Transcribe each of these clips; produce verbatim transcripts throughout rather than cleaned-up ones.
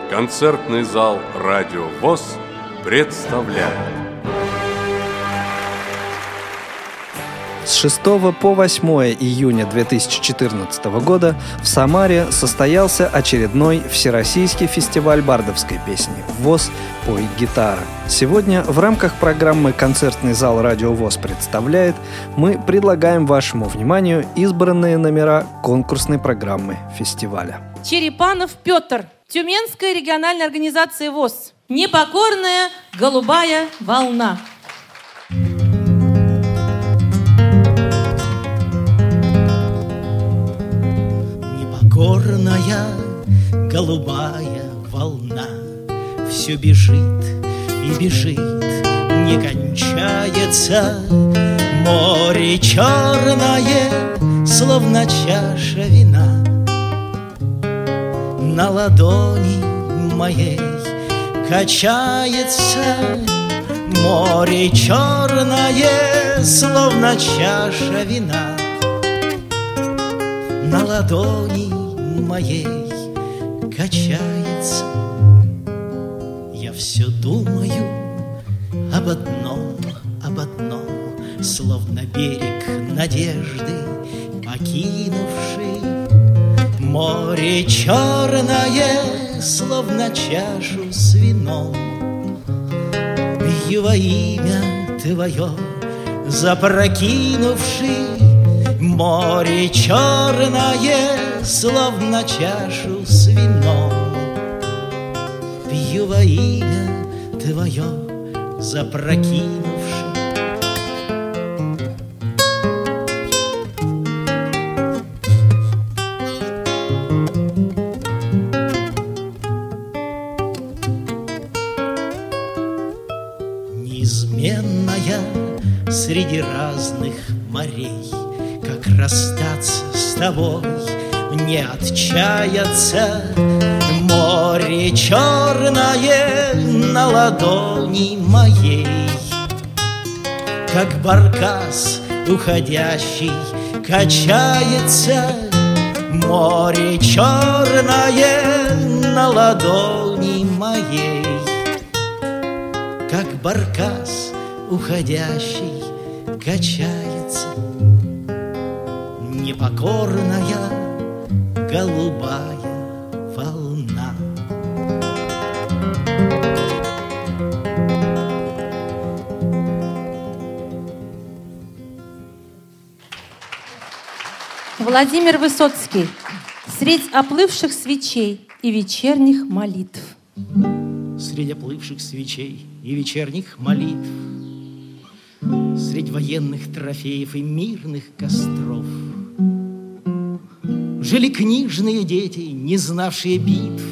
Концертный зал «Радио ВОС» представляет. С шестого по восьмое июня две тысячи четырнадцатого года в Самаре состоялся очередной Всероссийский фестиваль бардовской песни «ВОС. Пой, гитара». Сегодня в рамках программы «Концертный зал Радио ВОС» представляет мы предлагаем вашему вниманию избранные номера конкурсной программы фестиваля. Черепанов Петр, Тюменская региональная организация ВОС. «Непокорная голубая волна». Непокорная голубая волна все бежит и бежит, не кончается. Море черное, словно чаша вина, на ладони моей качается. Море черное, словно чаша вина, на ладони моей качается. Я все думаю об одном, об одном, словно берег надежды покинувший. Море черное, словно чашу с вином, бью во имя Твое, запрокинувший. Море черное, словно чашу с вином, бью во имя Твое, запрокинувший. Неизменная среди разных морей, как расстаться с тобой, не отчаяться. Море черное на ладони моей, как баркас уходящий качается. Море черное на ладони моей, как баркас уходящий качается. Непокорная голубая волна. Владимир Высоцкий. Средь оплывших свечей и вечерних молитв. Средь оплывших свечей и вечерних молитв, средь военных трофеев и мирных костров жили книжные дети, не знавшие битв,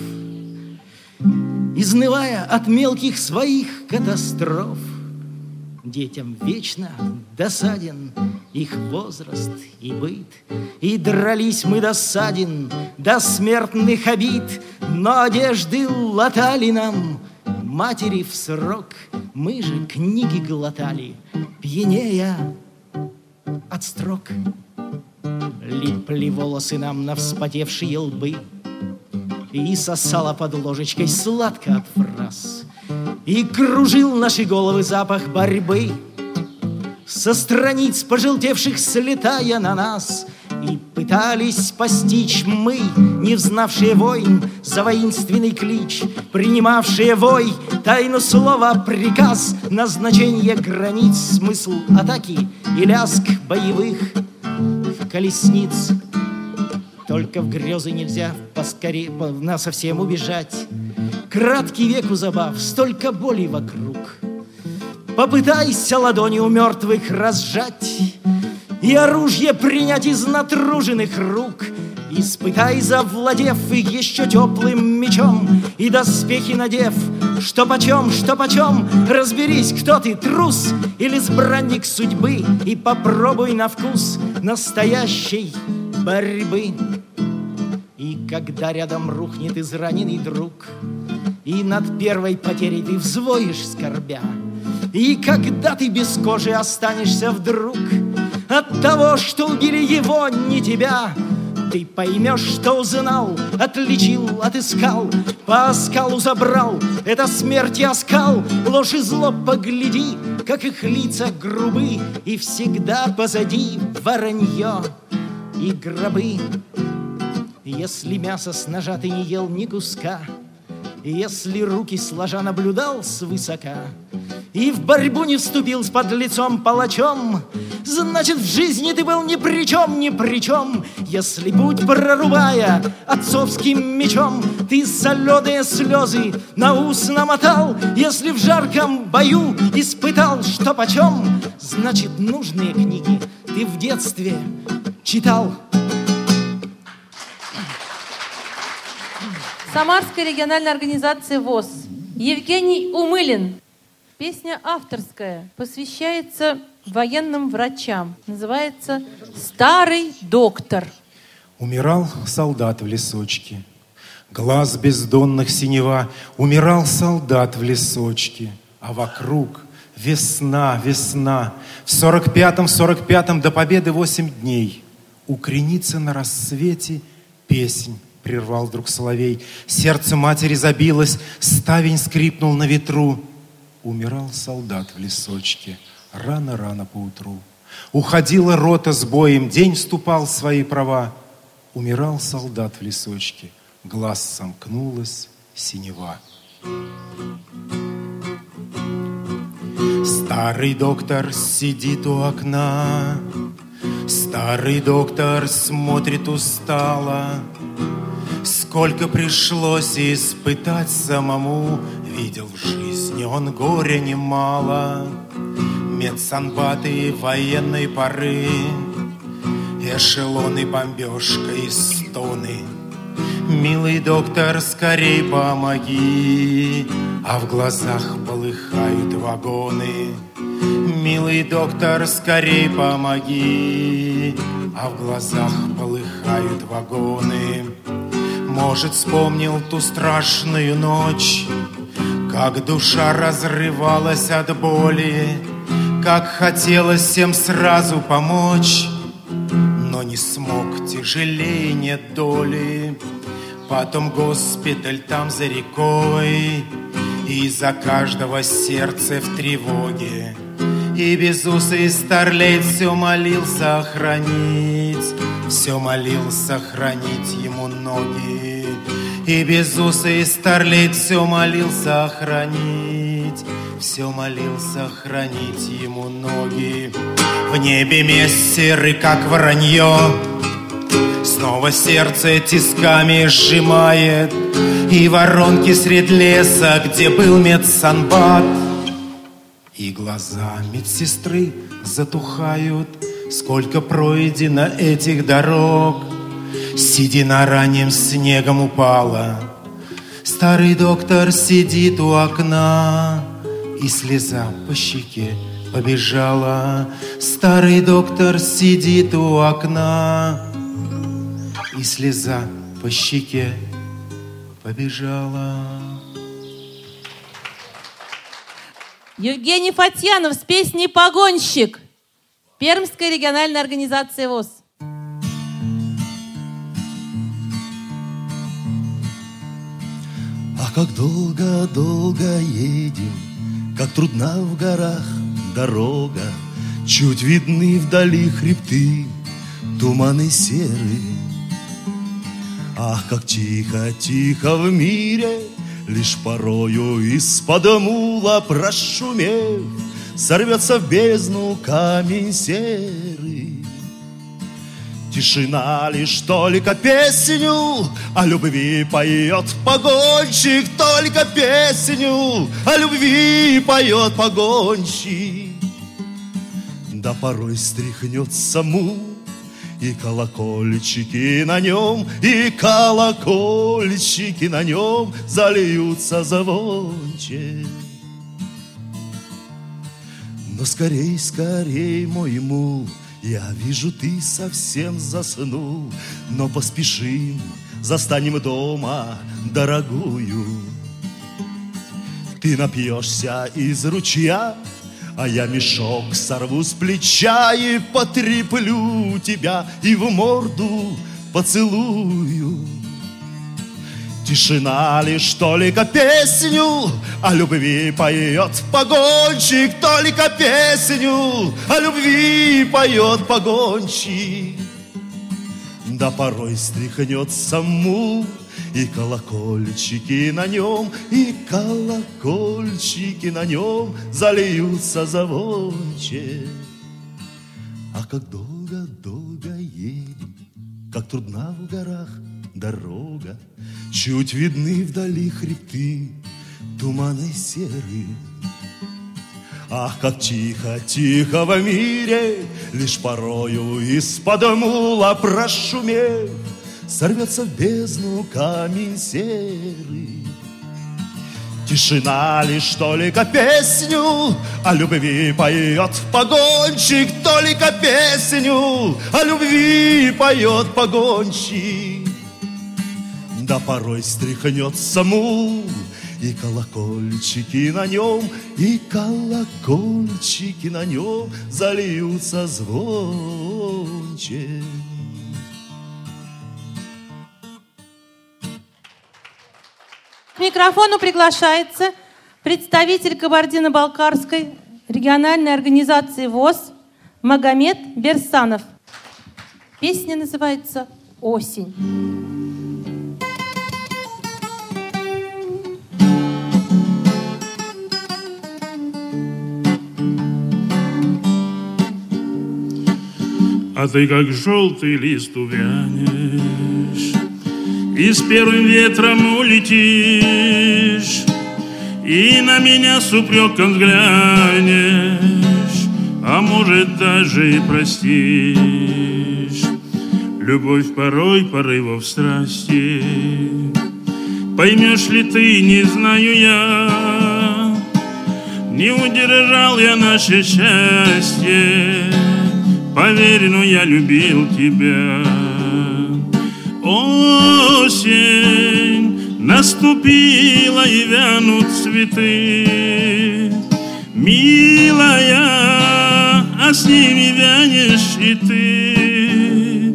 изнывая от мелких своих катастроф. Детям вечно досаден их возраст и быт, и дрались мы досаден до смертных обид, но одежды латали нам матери в срок. Мы же книги глотали, пьянея от строк. Липли волосы нам на вспотевшие лбы, и сосала под ложечкой сладко от фраз, и кружил наши головы запах борьбы. Со страниц пожелтевших слетая на нас, и пытались постичь мы, не взнавшие войн, за воинственный клич, принимавшие вой, тайну слова, приказ, назначение границ, смысл атаки и лязг боевых колесниц. Только в грезы нельзя поскорее насовсем убежать. Краткий век у забав, столько боли вокруг. Попытайся ладони у мертвых разжать и оружие принять из натруженных рук. Испытай, завладев их еще теплым мечом, и доспехи надев, что почем, что почем. Разберись, кто ты, трус или избранник судьбы, и попробуй на вкус настоящей борьбы. И когда рядом рухнет израненный друг, и над первой потерей ты взвоишь скорбя, и когда ты без кожи останешься вдруг от того, что убили его, не тебя, Ты поймешь, что узнал, отличил, отыскал, по оскалу забрал. Это смерть и оскал, ложь и зло погляди, как их лица грубы, и всегда позади воронье и гробы. Если мясо с ножа ты не ел ни куска, если руки сложа наблюдал свысока и в борьбу не вступил с подлецом палачом, значит, в жизни ты был ни при чем, ни при чем. Если путь прорубая отцовским мечом, ты соленые слезы на ус намотал, если в жарком бою испытал, что почем, значит, нужные книги ты в детстве читал. Самарская региональная организация ВОС. Евгений Умылин. Песня авторская, посвящается военным врачам. Называется «Старый доктор». Умирал солдат в лесочке, глаз бездонных синева. Умирал солдат в лесочке, а вокруг весна, весна. В сорок пятом, сорок пятом до победы восемь дней. У креницы на рассвете песнь. Прервал вдруг соловей. Сердце матери забилось, ставень скрипнул на ветру. Умирал солдат в лесочке рано-рано поутру. Уходила рота с боем, день вступал в свои права. Умирал солдат в лесочке, глаз сомкнулась синева. Старый доктор сидит у окна, старый доктор смотрит устало. Сколько пришлось испытать самому, видел в жизни он горя немало. Медсанбаты военной поры, эшелоны, бомбежка и стоны. Милый доктор, скорей помоги, а в глазах полыхают вагоны. Милый доктор, скорей помоги, а в глазах полыхают вагоны. Может, вспомнил ту страшную ночь, как душа разрывалась от боли, как хотелось всем сразу помочь, но не смог, тяжелее нет доли. Потом госпиталь там за рекой, и за каждого сердце в тревоге. И безусый старлей все молился охранить, все молился хранить ему ноги. И безусый старлей все молился охранить, все молился хранить ему ноги. В небе месяц серый, как воронье, снова сердце тисками сжимает. И воронки средь леса, где был медсанбат, и глаза медсестры затухают. Сколько пройдено этих дорог, седина ранним снегом упала. Старый доктор сидит у окна, и слеза по щеке побежала. Старый доктор сидит у окна, и слеза по щеке побежала. Евгений Фатьянов с песней «Погонщик». Пермская региональная организация ВОС. А как долго-долго едем, как трудна в горах дорога, чуть видны вдали хребты, туманы серые. Ах, как тихо-тихо в мире, лишь порою из-под мула прошумев, сорвется в бездну камень серый. Тишина лишь только песню о любви поет погонщик, только песню о любви поет погонщик. Да порой стряхнет саму, и колокольчики на нем, и колокольчики на нем зальются звонче. Но скорей, скорей, мой мул, я вижу, ты совсем заснул. Но поспешим, застанем дома дорогую. Ты напьешься из ручья, а я мешок сорву с плеча и потреплю тебя, и в морду поцелую. Тишина лишь только песню о любви поет погонщик, только песню о любви поет погонщик. Да порой стряхнет саму, и колокольчики на нем, и колокольчики на нем зальются звонче. А как долго-долго едем, как трудна в горах дорога, чуть видны вдали хребты, туманы серые. Ах, как тихо-тихо в мире, лишь порою из-под мула прошумев, сорвется в бездну камень серый. Тишина лишь только песню о любви поет погонщик, только песню о любви поет погонщик. Да порой стряхнет саму, и колокольчики на нем, и колокольчики на нем зальются звонче. К микрофону приглашается представитель Кабардино-Балкарской региональной организации ВОС Магомед Берсанов. Песня называется «Осень». А ты как желтый лист увянешь, и с первым ветром улетишь, и на меня с упреком взглянешь, а может даже и простишь. Любовь порой порывов страсти, поймешь ли ты, не знаю я, не удержал я наше счастье, поверь, но я любил тебя. Осень наступила, и вянут цветы, милая, а с ними вянешь и ты.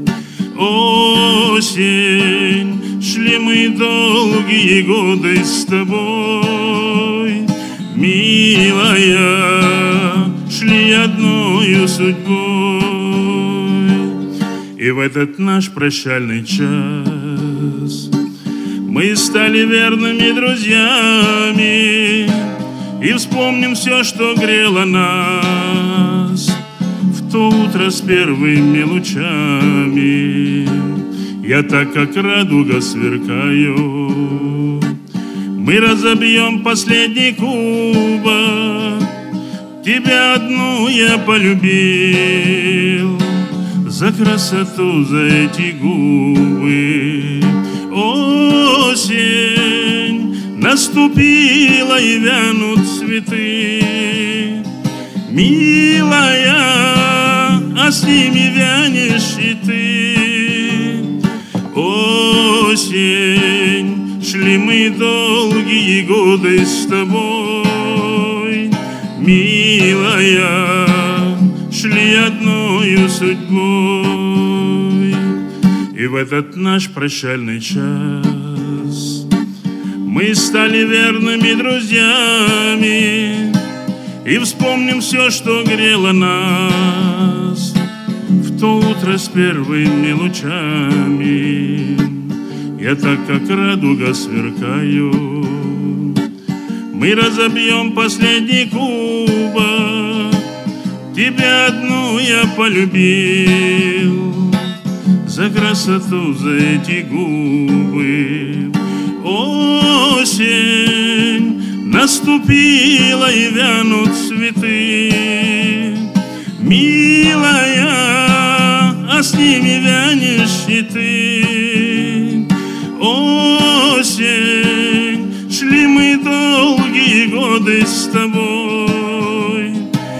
Осень, шли мы долгие годы с тобой, милая, шли одною судьбой. И в этот наш прощальный час мы стали верными друзьями и вспомним все, что грело нас в то утро с первыми лучами. Я так, как радуга, сверкаю. Мы разобьем последний кубок, тебя одну я полюбил, за красоту, за эти губы. Осень наступила, и вянут цветы, милая, а с ними вянешь и ты. Осень, шли мы долгие годы с тобой, милая, шли одною судьбой. И в этот наш прощальный час мы стали верными друзьями и вспомним все, что грело нас в то утро с первыми лучами. Я так, как радуга, сверкаю. Мы разобьем последний кубок, тебя одну я полюбил, за красоту, за эти губы. Осень наступила, и вянут цветы, милая, а с ними вянешь и ты. Осень, шли мы долгие годы с тобой,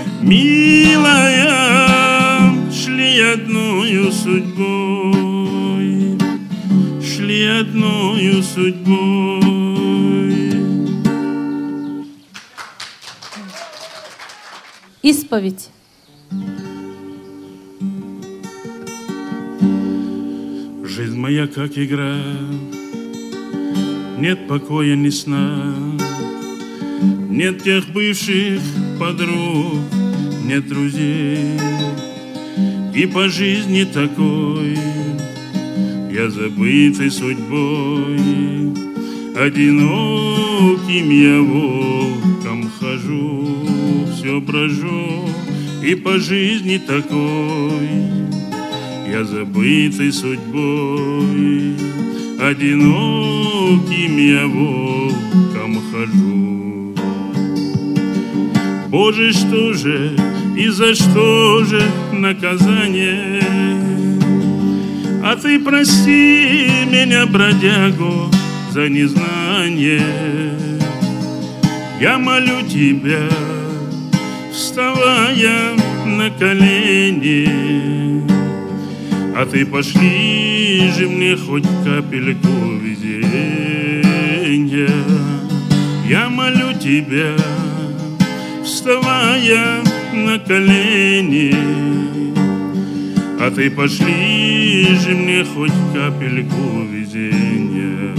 милая, шли одною судьбой, шли одною судьбой. Исповедь. Жизнь Жизнь моя как игра, нет покоя ни сна, нет тех бывших подруг, нет друзей. И по жизни такой я забытый судьбой, одиноким я волком хожу, все брожу. И по жизни такой я забытый судьбой, одиноким я волком хожу. Боже, что же и за что же наказание? А ты прости меня, бродягу, за незнание. Я молю тебя, вставая на колени, а ты пошли же мне хоть капельку везения. Я молю тебя, вставая на колени, а ты пошли же мне хоть капельку везения.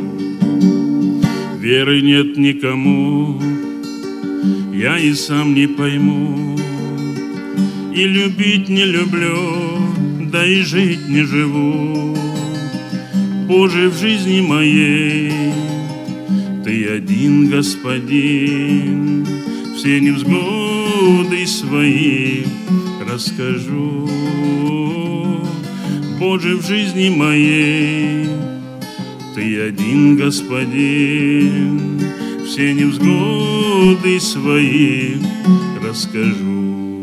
Веры нет никому, я и сам не пойму, и любить не люблю, да и жить не живу. Боже, в жизни моей ты один господин, все невзгоды свои расскажу. Боже, в жизни моей ты один господин, все невзгоды свои расскажу.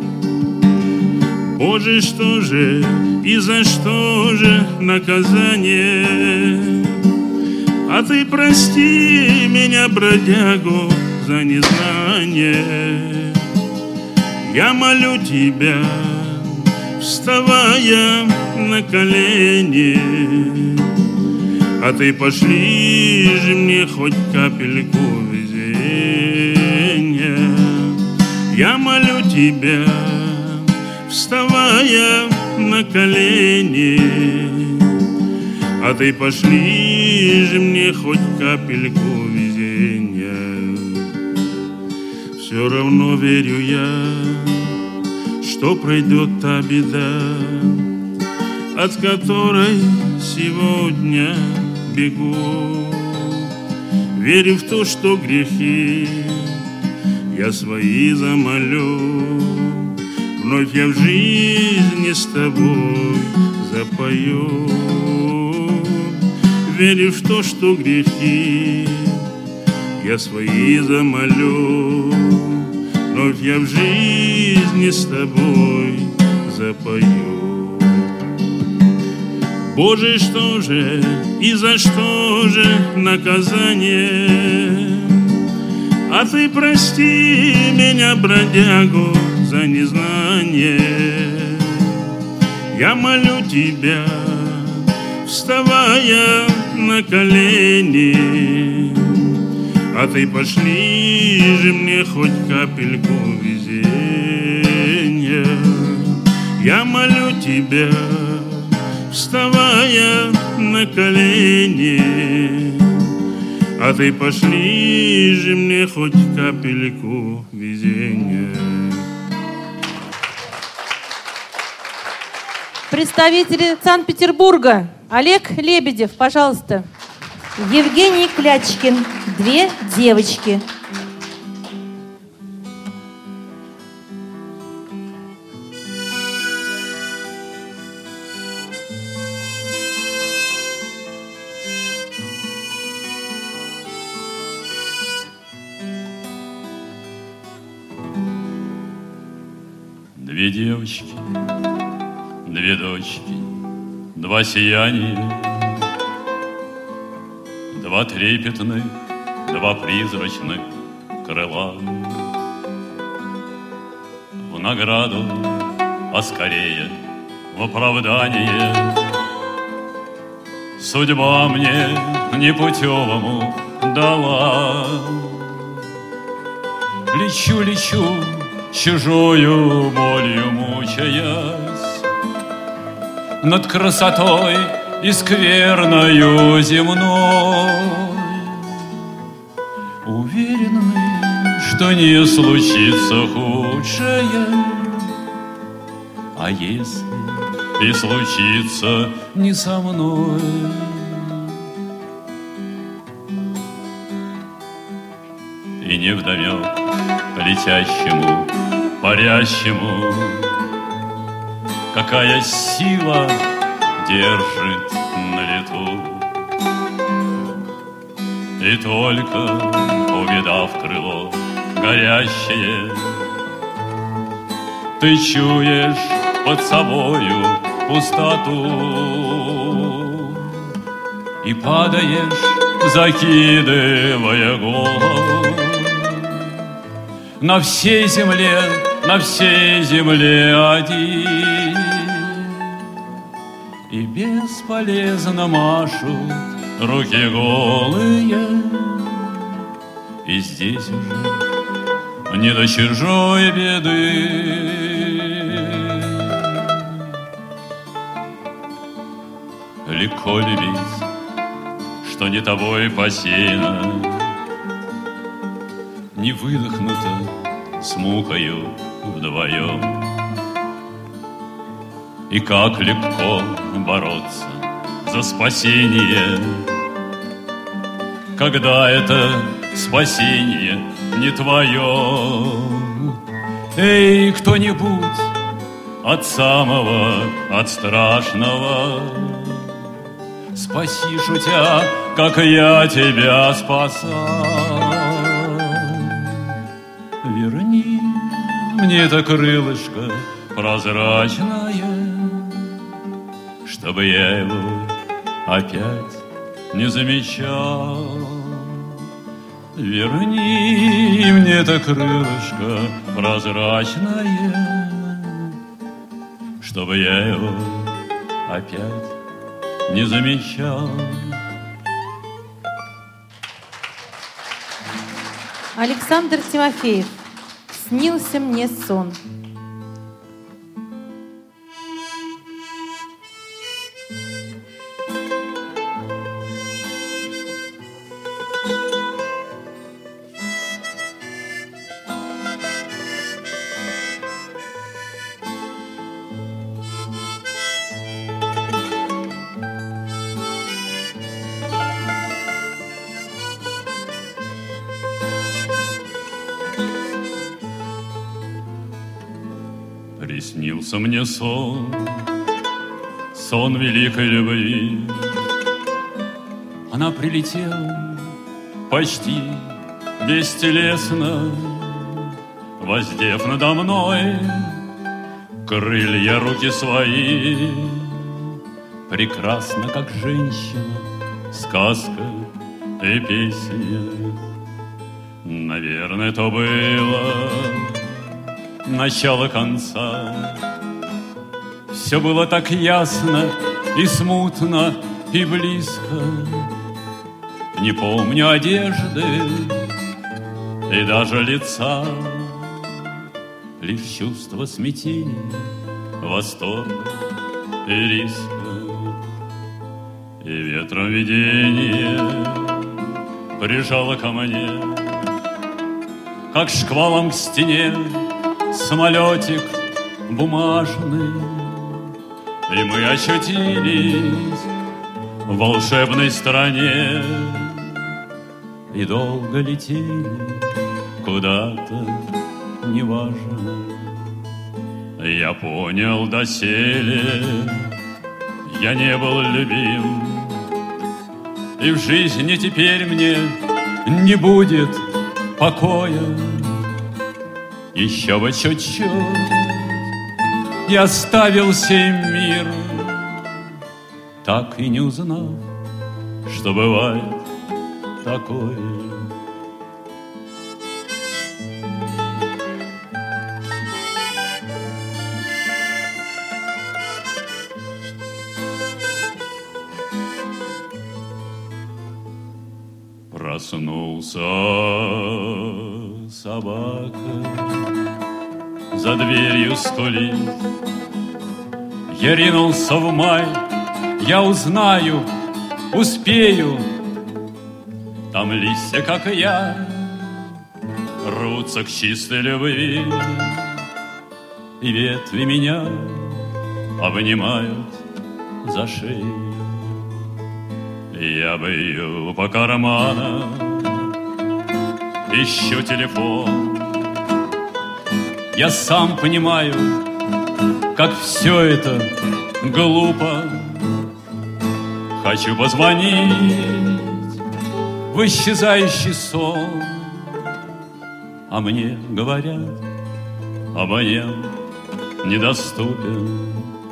Боже, что же и за что же наказание? А ты прости меня, бродягу, за незнание. Я молю тебя, вставая на колени, а ты пошли же мне хоть капельку везения. Я молю тебя, вставая на колени, а ты пошли же мне хоть капельку везения. Все равно верю я, что пройдет та беда, от которой сегодня бегу. Верю в то, что грехи я свои замолю, вновь я в жизни с тобой запою. Верю в то, что грехи я свои замолю, вновь я в жизни с тобой запою. Боже, что же и за что же наказание? А ты прости меня, бродягу, за незнание. Я молю тебя, вставая на колени, а ты пошли же мне хоть капельку везения. Я молю тебя, вставая на колени, а ты пошли же мне хоть капельку везения. Представители Санкт-Петербурга. Олег Лебедев, пожалуйста. Евгений Клячкин. Две девочки. Две девочки, две дочки, два сияния, два трепетных, два призрачных крыла. В награду, а скорее в оправдание, судьба мне непутевому дала. Лечу, лечу, чужою болью мучаясь, над красотой и скверною земной. Уверены, что не случится худшее, а если и случится не со мной. И невдомек летящему, парящему, какая сила держит на лету. И только увидав крыло горящее, ты чуешь под собою пустоту и падаешь, закидывая голову. На всей земле, на всей земле один, и бесполезно машут руки голые, и здесь уже не до чужой беды. Легко любить, что не тобой посеяно, не выдохнуто с мукою вдвоем. И как легко бороться за спасение, когда это спасение не твое. Эй, кто-нибудь от самого, от страшного, спаси, шутя, как я тебя спасал. Верни мне это крылышко прозрачное, чтобы я его опять не замечал. Верни мне это крылышко прозрачное, чтобы я его опять не замечал. Александр Тимофеев. Снился мне сон. Приснился мне сон, сон великой любви. Она прилетела почти бестелесно, воздев надо мной крылья руки свои. Прекрасно, как женщина, сказка и песня. Наверное, то было начало конца. Все было так ясно и смутно, и близко. Не помню одежды и даже лица, лишь чувство смятения, восторга и риска. И ветром видение прижало ко мне, как шквалом к стене, самолетик бумажный, и мы очутились в волшебной стране и долго летели куда-то, неважно. Я понял доселе, я не был любим, и в жизни теперь мне не будет покоя. Еще бы чуть-чуть и оставил сей мир, так и не узнав, что бывает такое. Проснулся собака, за дверью скулит. Я ринулся в май я узнаю, успею. Там листья, как и я, рвутся к чистой любви, и ветви меня обнимают за шею. Я бью по карманам, ищу телефон. Я сам понимаю, как все это глупо. Хочу позвонить в исчезающий сон, а мне говорят, абонент недоступен.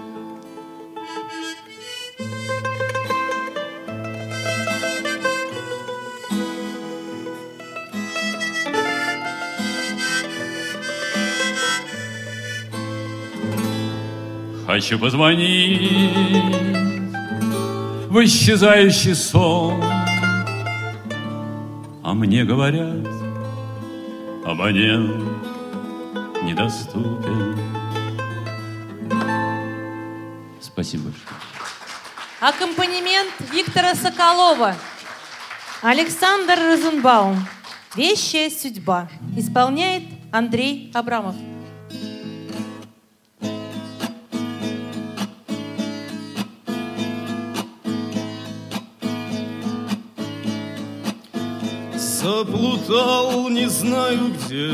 Хочу позвонить в исчезающий сон, а мне говорят, абонент недоступен. Спасибо большое. Аккомпанемент Виктора Соколова. Александр Розенбаум. «Вещая судьба». Исполняет Андрей Абрамов. Заплутал не знаю где,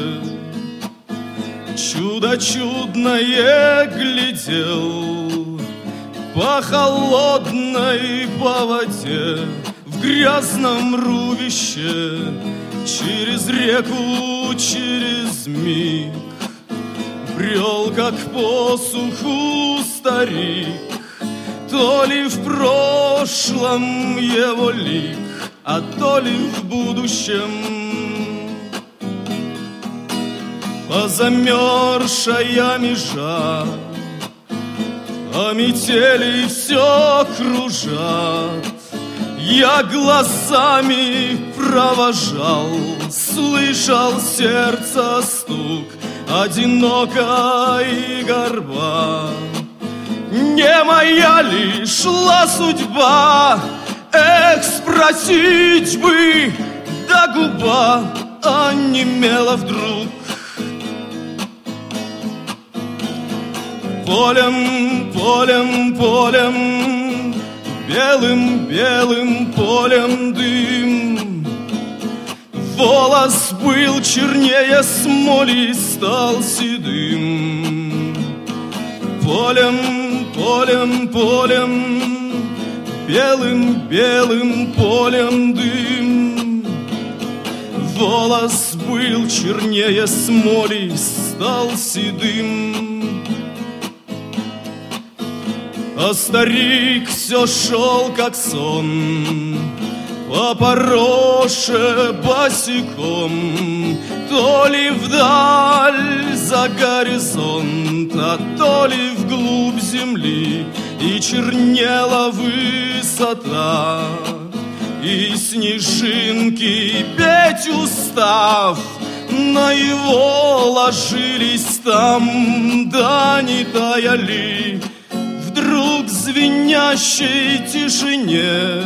чудо чудное глядел по холодной по воде в грязном рубище, через реку, через миг брел, как по суху старик, то ли в прошлом его лик, а то ли в будущем. Позамерзшая межа, а метели все кружат. Я глазами провожал, слышал сердце стук, одиноко и горба. Не моя ли шла судьба? Эх, спросить бы, да губа онемела вдруг. Полем, полем, полем, белым, белым полем дым. Волос был чернее смоли, стал седым. Полем, полем, полем, белым, белым полем дым. Волос был чернее смоли, стал седым. А старик все шел, как сон, по пороше босиком, то ли вдаль за горизонт, а то ли вглубь земли, и чернела высота, и снежинки петь устав на его ложились там, да не таяли. Вдруг в звенящей тишине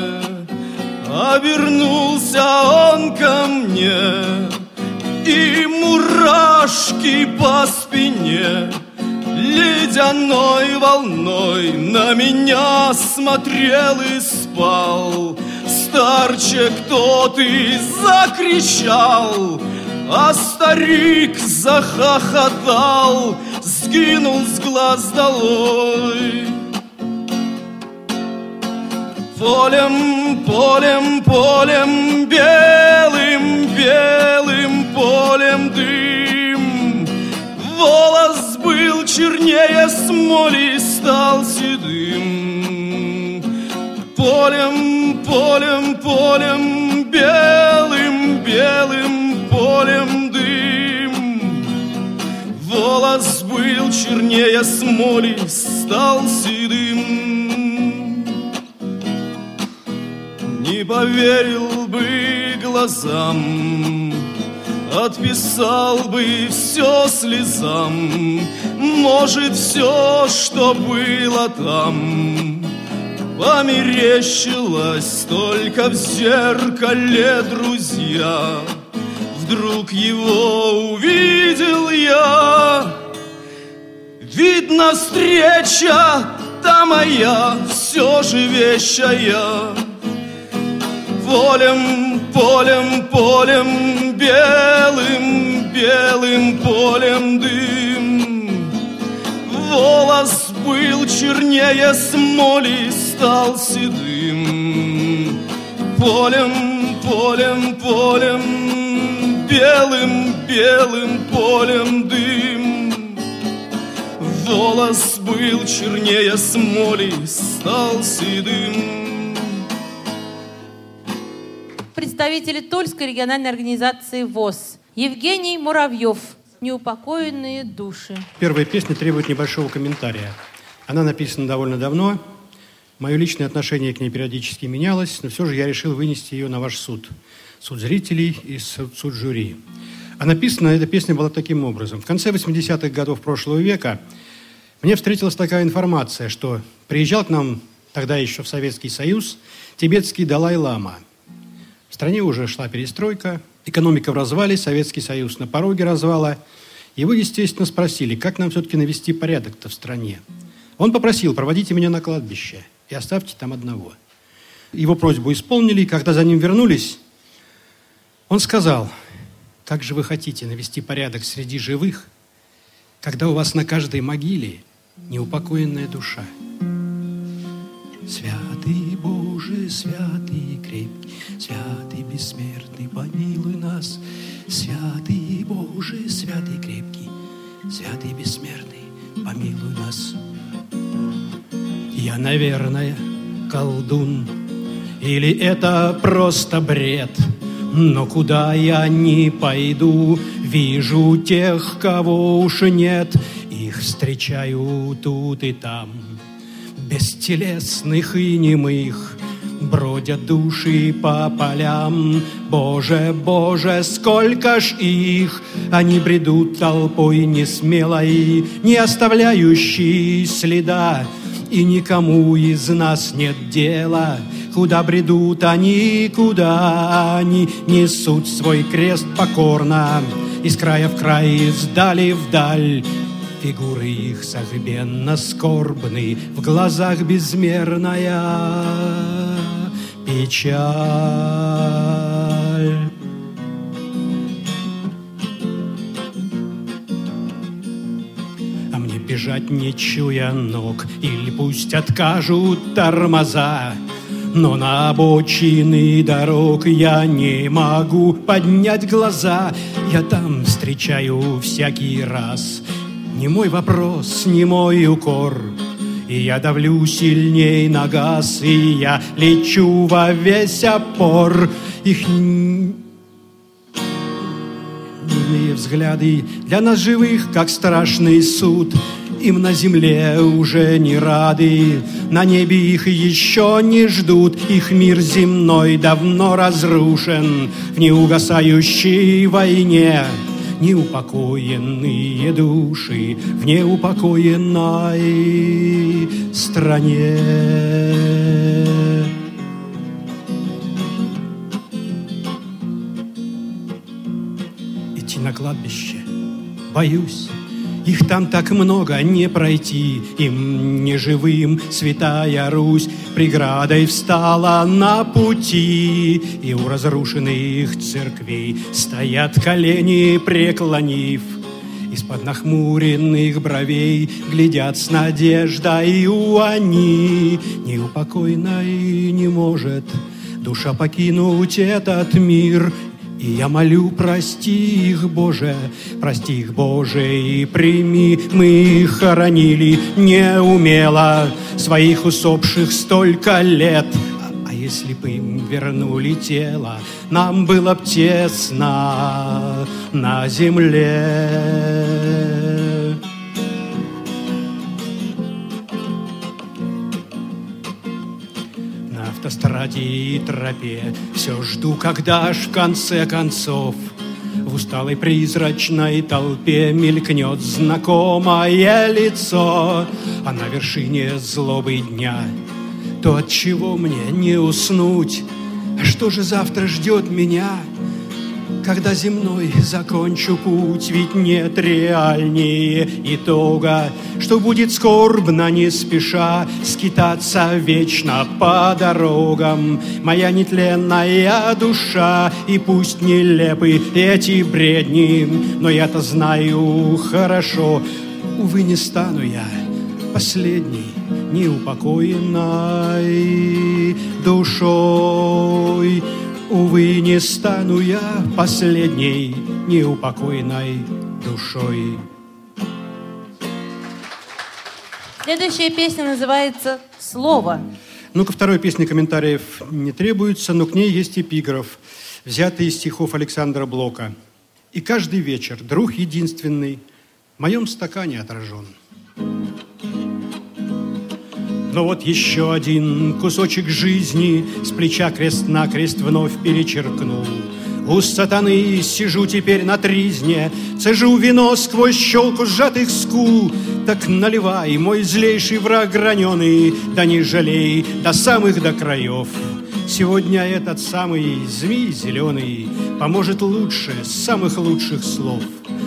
обернулся он ко мне, и мурашки по спине ледяной волной на меня смотрел и спал. Старче, кто ты? Закричал, а старик захохотал, сгинул с глаз долой. Полем, полем, полем, белым, белым полем дым. Волос был чернее смоли, стал седым. Полем, полем, полем, белым, белым полем дым. Волос был чернее смоли, стал седым. Не поверил бы глазам, отписал бы все слезам. Может, все, что было там, померещилось только в зеркале, друзья. Вдруг его увидел я. Видно, встреча та моя все же вещая. Полем, полем, полем, белым, белым полем дым. Волос был чернее смоли, стал седым. Полем, полем, полем, белым, белым полем дым. Волос был чернее смоли, стал седым. Представители Тульской региональной организации ВОС. Евгений Муравьев. «Неупокоенные души». Первая песня требует небольшого комментария. Она написана довольно давно. Мое личное отношение к ней периодически менялось, но все же я решил вынести ее на ваш суд. Суд зрителей и суд, суд жюри. А написана эта песня была таким образом. В конце восьмидесятых годов прошлого века мне встретилась такая информация, что приезжал к нам тогда еще в Советский Союз тибетский Далай-лама. В стране уже шла перестройка, экономика в развале, Советский Союз на пороге развала. Его, естественно, спросили, как нам все-таки навести порядок-то в стране. Он попросил: проводите меня на кладбище и оставьте там одного. Его просьбу исполнили, и когда за ним вернулись, он сказал: как же вы хотите навести порядок среди живых, когда у вас на каждой могиле неупокоенная душа? Святый Боже, святый крепкий, святый бессмертный, помилуй нас. Святый Боже, святый крепкий, святый бессмертный, помилуй нас. Я, наверное, колдун, или это просто бред, но куда я ни пойду, вижу тех, кого уж нет. Их встречаю тут и там, бестелесных и немых. Бродят души по полям, Боже, Боже, сколько ж их! Они бредут толпой несмелой, не оставляющей следа, и никому из нас нет дела, куда бредут они, куда они несут свой крест покорно, из края в край, из дали в даль. Фигуры их согбенно скорбны, в глазах безмерная печаль. А мне бежать не чуя ног, или пусть откажут тормоза, но на обочины дорог я не могу поднять глаза. Я там встречаю всякий раз не мой вопрос, не мой укор, и я давлю сильней на газ, и я лечу во весь опор. Их немые взгляды для нас живых, как страшный суд. Им на земле уже не рады, на небе их еще не ждут. Их мир земной давно разрушен в неугасающей войне. Неупокоенные души в неупокоенной стране. Идти на кладбище боюсь, их там так много не пройти, им неживым святая Русь преградой встала на пути, и у разрушенных церквей стоят колени преклонив. Из-под нахмуренных бровей глядят с надеждой они. Неупокойной не может душа покинуть этот мир. И я молю, прости их, Боже, прости их, Боже, и прими. Мы их хоронили неумело, своих усопших столько лет. А если бы им вернули тело, нам было б тесно на земле. На автостраде и тропе все жду, когда ж в конце концов в усталой призрачной толпе мелькнет знакомое лицо, а на вершине злобы дня то от чего мне не уснуть? А что же завтра ждет меня, когда земной закончу путь? Ведь нет реальнее итога, что будет скорбно не спеша скитаться вечно по дорогам. Моя нетленная душа, и пусть нелепы эти бредни, но я-то знаю хорошо, увы, не стану я последней неупокоенной душой. Увы, не стану я последней неупокоенной душой. Следующая песня называется «Слово». Ну, ко второй песне комментариев не требуется, но к ней есть эпиграф, взятый из стихов Александра Блока. «И каждый вечер друг единственный в моем стакане отражен». Но вот еще один кусочек жизни с плеча крест-накрест вновь перечеркнул. У сатаны сижу теперь на тризне, цежу вино сквозь щелку сжатых скул. Так наливай, мой злейший враг граненый, да не жалей до самых до краев. Сегодня этот самый змей зеленый поможет лучше самых лучших слов.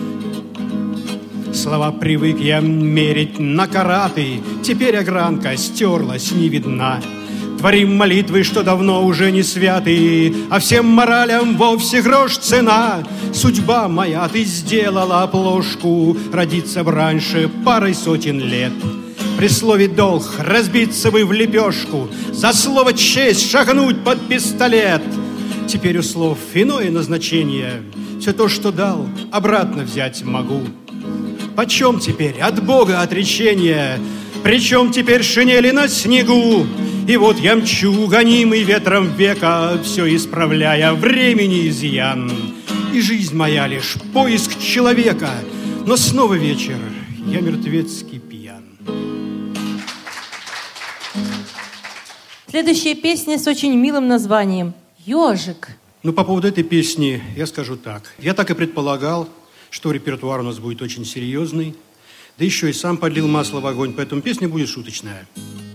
Слова привык я мерить на караты, теперь огранка стерлась, не видна. Творим молитвы, что давно уже не святы, а всем моралям вовсе грош цена. Судьба моя, ты сделала оплошку, родиться б раньше парой сотен лет. При слове долг разбиться бы в лепешку, за слово честь шагнуть под пистолет. Теперь у слов иное назначение, все то, что дал, обратно взять могу. Почем теперь от Бога отречение? Причем теперь шинели на снегу? И вот я мчу, гонимый ветром века, все исправляя времени изъян. И жизнь моя лишь поиск человека, но снова вечер, я мертвецкий пьян. Следующая песня с очень милым названием «Ежик». Ну, по поводу этой песни я скажу так. Я так и предполагал, что репертуар у нас будет очень серьезный, да еще и сам подлил масло в огонь, поэтому песня будет шуточная.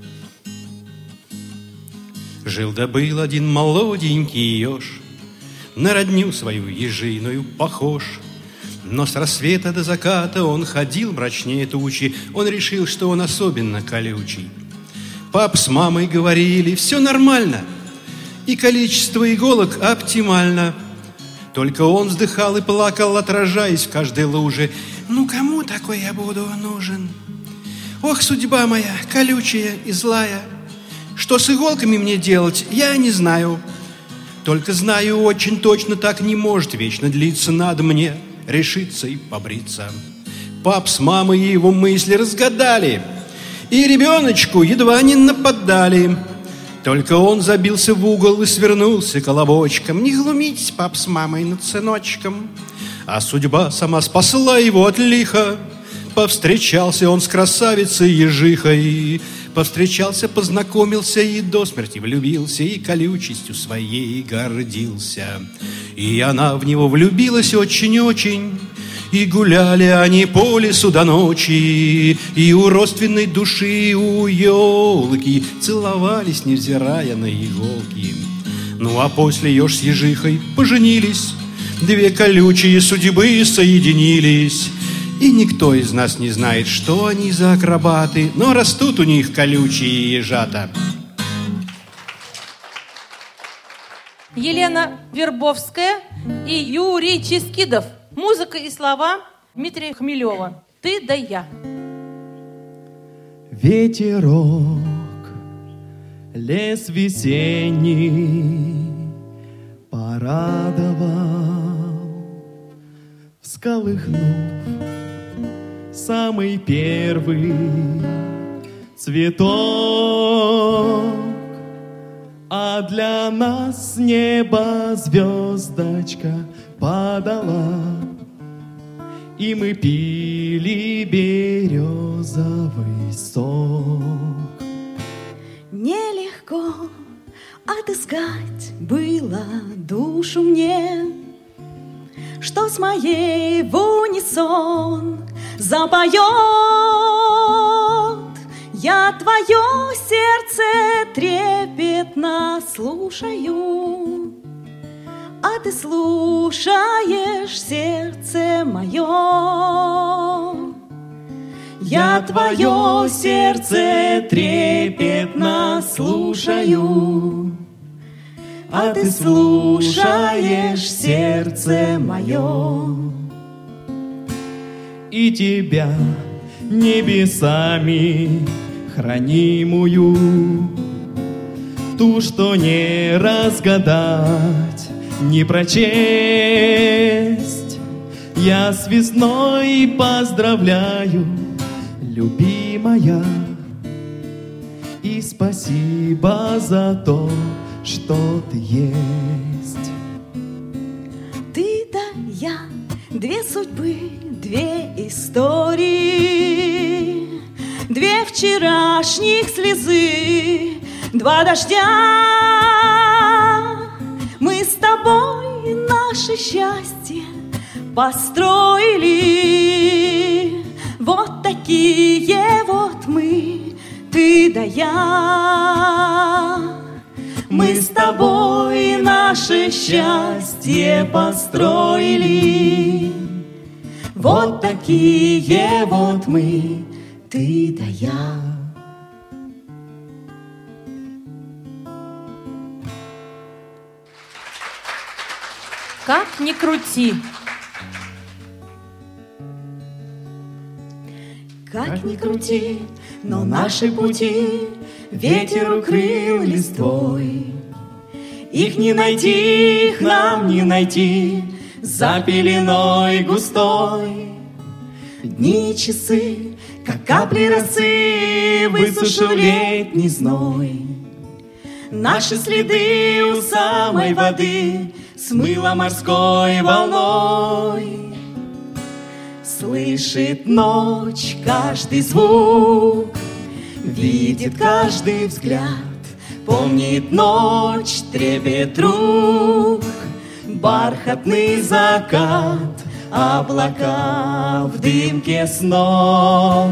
Жил да был один молоденький еж, на родню свою ежиную похож. Но с рассвета до заката он ходил мрачнее тучи, он решил, что он особенно колючий. Пап с мамой говорили, все нормально, и количество иголок оптимально. Только он вздыхал и плакал, отражаясь в каждой луже. Ну, кому такой я буду нужен? Ох, судьба моя, колючая и злая. Что с иголками мне делать, я не знаю. Только знаю очень точно, так не может вечно длиться, надо мне решиться и побриться. Пап с мамой его мысли разгадали, и ребеночку едва не нападали. Только он забился в угол и свернулся колобочком. Не глумитесь, пап с мамой, над сыночком. А судьба сама спасла его от лиха. Повстречался он с красавицей ежихой. Повстречался, познакомился и до смерти влюбился, и колючестью своей гордился. И она в него влюбилась очень-очень. И гуляли они по лесу до ночи, и у родственной души, у елки целовались, невзирая на иголки. Ну а после еж с ежихой поженились, две колючие судьбы соединились. И никто из нас не знает, что они за акробаты, но растут у них колючие ежата. Елена Вербовская и Юрий Ческидов. Музыка и слова Дмитрия Хмелева. «Ты да я». Ветерок, лес весенний порадовал, всколыхнув самый первый цветок, а для нас с неба звездочка падала, и мы пили березовый сок. Нелегко отыскать было душу мне, что с моей в унисон запоет. Я твое сердце трепетно слушаю, а ты слушаешь сердце мое. Я твое сердце трепетно слушаю, а ты слушаешь сердце мое. И тебя небесами хранимую, ту, что не разгадать, не прочесть, я с весной поздравляю, любимая, и спасибо за то, что ты есть. Ты да я, две судьбы, две истории, две вчерашних слезы, два дождя. Мы с тобой наше счастье построили. Вот такие вот мы, ты да я. Мы с тобой наше счастье построили. Вот такие вот мы, ты да я. Как ни крути. Как ни крути, но наши пути ветер укрыл листвой. Их не найти, их нам не найти за пеленой густой. Дни и часы, как капли росы, высушил летний зной. Наши следы у самой воды смыло морской волной. Слышит ночь каждый звук, видит каждый взгляд, помнит ночь трепет рук, бархатный закат, облака в дымке снов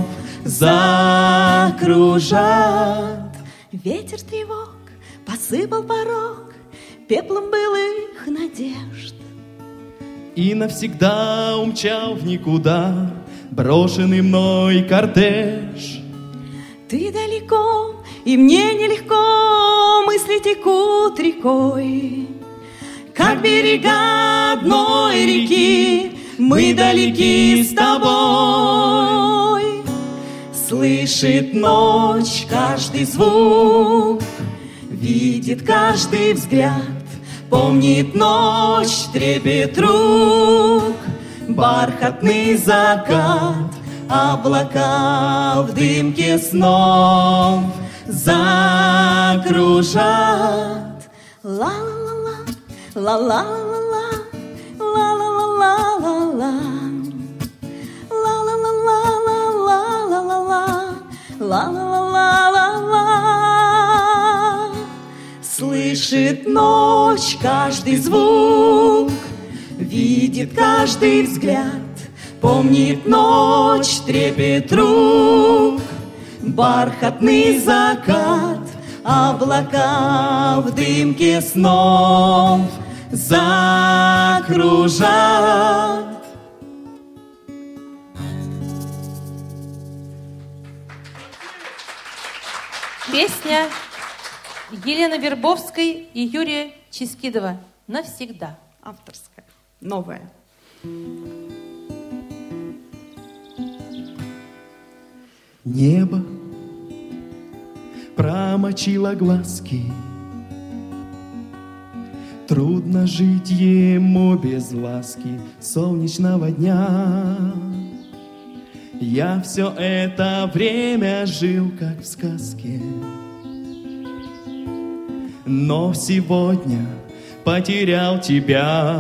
закружат. Ветер тревог посыпал порог пеплом былых надежд. И навсегда умчал в никуда брошенный мной кортеж. Ты далеко, и мне нелегко, мысли текут рекой. Как берега одной реки, мы далеки с тобой. Слышит ночь каждый звук, видит каждый взгляд, помнит ночь трепет рук, бархатный закат, облака в дымке снов закружат. Ла-ла-ла-ла, ла-ла-ла-ла, ла-ла-ла-ла-ла-ла, ла-ла-ла-ла-ла-ла-ла-ла, ла-ла-ла-ла-ла-ла. Слышит ночь каждый звук, видит каждый взгляд, помнит ночь трепет рук, бархатный закат, облака в дымке снов закружат. Песня Елены Вербовской и Юрия Ческидова «Навсегда». Авторская, новая. Небо промочило глазки, трудно жить ему без ласки солнечного дня. Я все это время жил, как в сказке, но сегодня потерял тебя.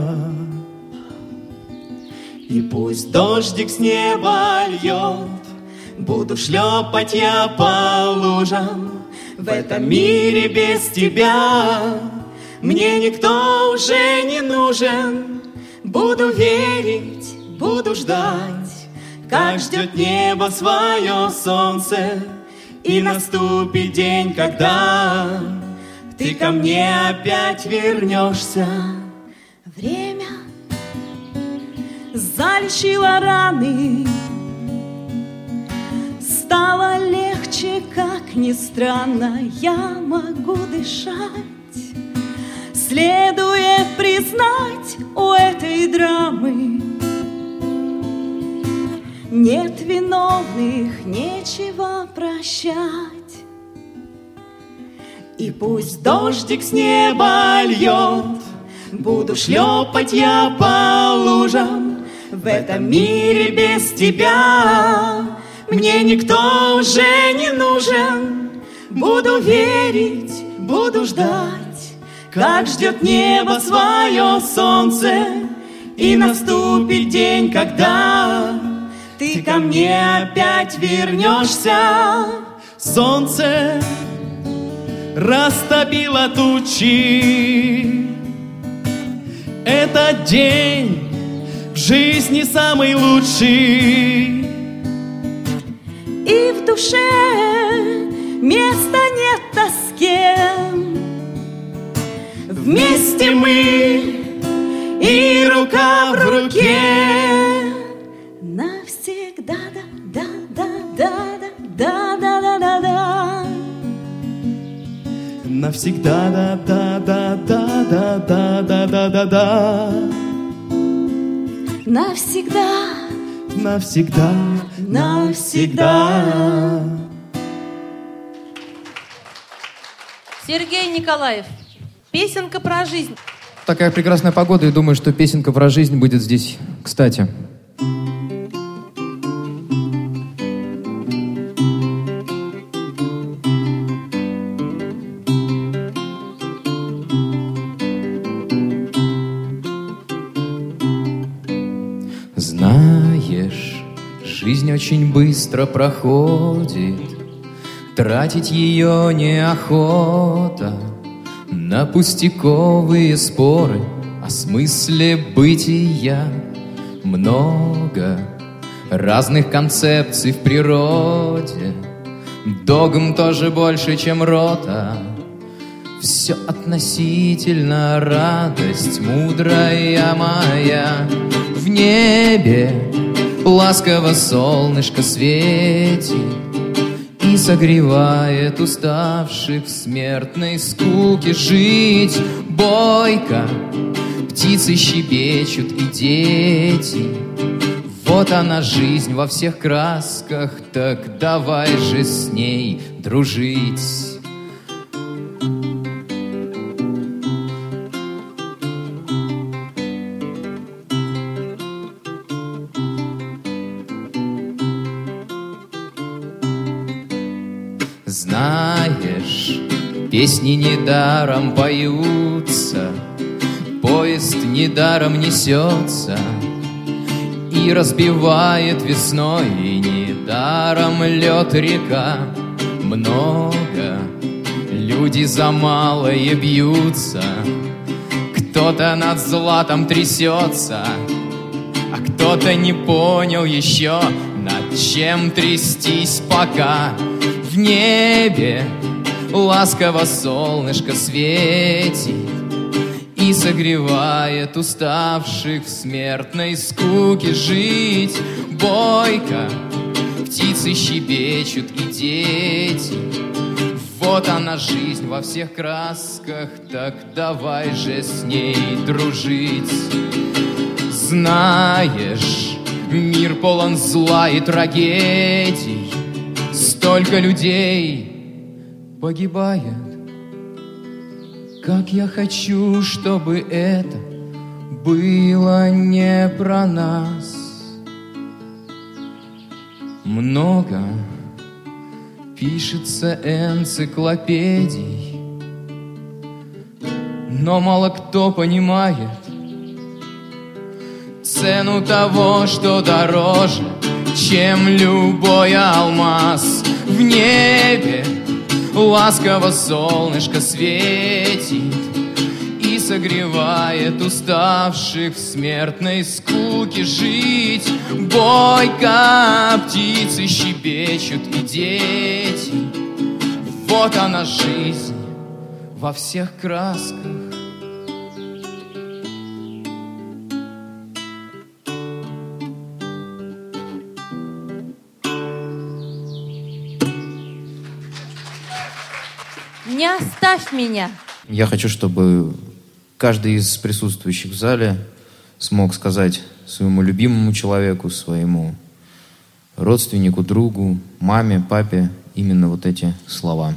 И пусть дождик с неба льет, буду шлепать я по лужам. В этом мире без тебя мне никто уже не нужен. Буду верить, буду ждать, как ждет небо свое солнце, И наступит день, когда ты ко мне опять вернешься. Время залечило раны, стало легче, как ни странно, я могу дышать. Следует признать, у этой драмы нет виновных, нечего прощать. И пусть дождик с неба льет, буду шлепать я по лужам. В этом мире без тебя мне никто уже не нужен. Буду верить, буду ждать, как ждет небо свое солнце. И наступит день, когда ты ко мне опять вернешься. Солнце растопило тучи. Этот день в жизни самый лучший. И в душе места нет тоске. Вместе мы и рука в руке. Навсегда, да, да, да, да, да, да, да, да, да. Навсегда, да, да, да, да, да, да, да, да, да, да. Навсегда, навсегда, навсегда. Сергей Николаев. Песенка про жизнь. Такая прекрасная погода, и думаю, что песенка про жизнь будет здесь кстати. Знаешь, жизнь очень быстро проходит, тратить ее неохота на пустяковые споры о смысле бытия. Много разных концепций в природе, догм тоже больше, чем рота. Все относительно, радость мудрая моя. В небе ласково солнышко светит и согревает уставших в смертной скуке жить. Бойко птицы щебечут и дети. Вот она жизнь во всех красках, так давай же с ней дружить. Знаешь, песни недаром поются, поезд недаром несется и разбивает весной, и недаром лед река. Много люди за малое бьются, кто-то над златом трясется, а кто-то не понял еще, над чем трястись пока. В небе ласково солнышко светит и согревает уставших в смертной скуке жить. Бойко птицы щебечут и дети. Вот она жизнь во всех красках, так давай же с ней дружить. Знаешь, мир полон зла и трагедий, столько людей погибает. Как я хочу, чтобы это было не про нас. Много пишется энциклопедий, но мало кто понимает цену того, что дороже, чем любой алмаз. В небе ласково солнышко светит и согревает уставших в смертной скуке жить. Бойко птицы щебечут и дети. Вот она жизнь во всех красках. Не оставь меня. Я хочу, чтобы каждый из присутствующих в зале смог сказать своему любимому человеку, своему родственнику, другу, маме, папе именно вот эти слова.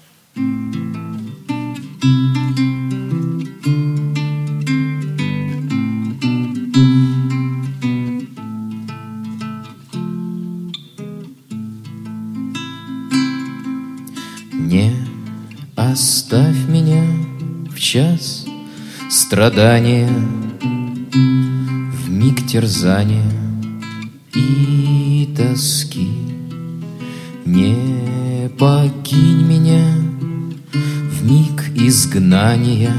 Не оставь меня в час страдания, в миг терзания и тоски. Не покинь меня в миг изгнания,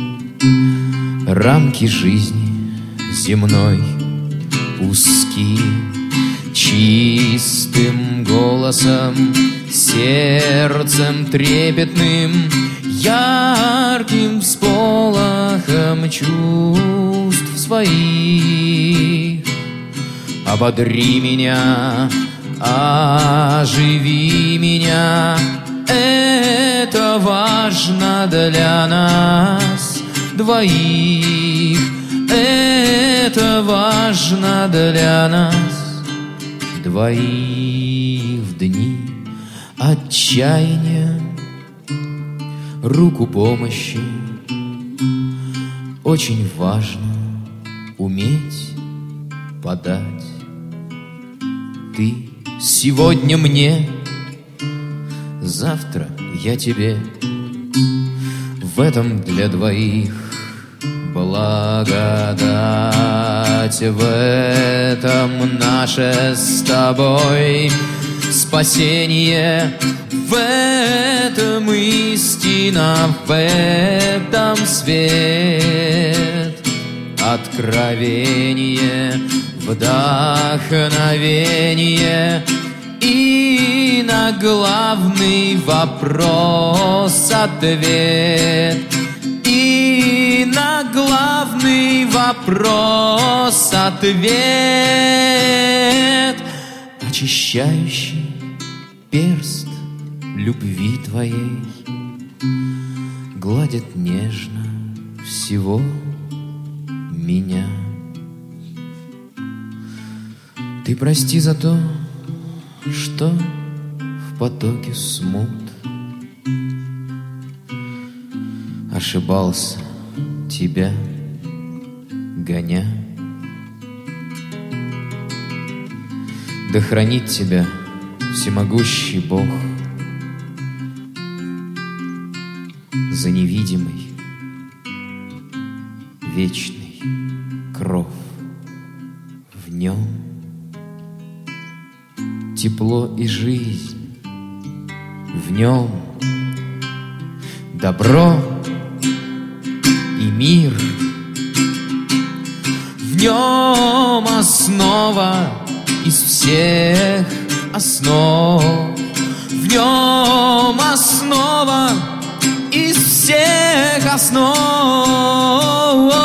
рамки жизни земной узки. Чистым голосом, сердцем трепетным, ярким всполохом чувств своих ободри меня, оживи меня. Это важно для нас двоих. Это важно для нас двоих. В дни отчаяния руку помощи очень важно уметь подать. Ты сегодня мне, завтра я тебе. В этом для двоих благодать, в этом наше с тобой спасение, в этом истина, в этом свет, откровение, вдохновение. И на главный вопрос ответ. И на главный вопрос ответ. Очищающий перст любви твоей гладит нежно всего меня. Ты прости за то, что в потоке смут ошибался, тебя гоня. Да хранит тебя всемогущий Бог за невидимый вечный кров. В нем тепло и жизнь, в нем добро и мир, в нем основа из всех основ, в нем основа из всех основ.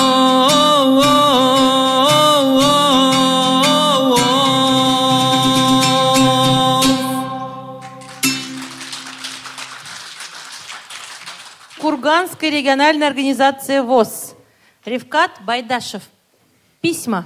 Курганская региональная организация ВОС. Ревкат Байдашев. Письма.